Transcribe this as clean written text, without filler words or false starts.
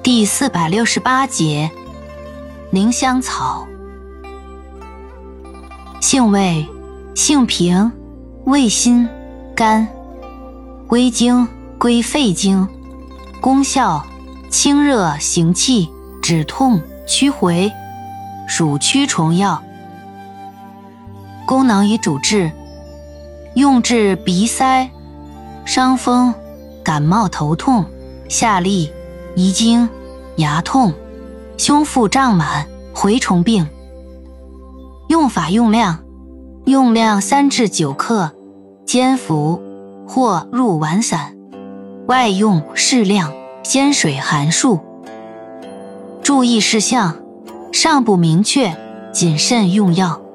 第468节宁香草。性味：性平，味辛，甘，归经归肺经。功效：清热行气，止痛驱回，属驱虫药。功能与主治：用治鼻塞、伤风、感冒头痛、下痢、遗精、牙痛、胸腹胀满、蛔虫病。用法用量：用量3至9克，煎服或入丸散，外用适量，煎水含数。注意事项：尚不明确，谨慎用药。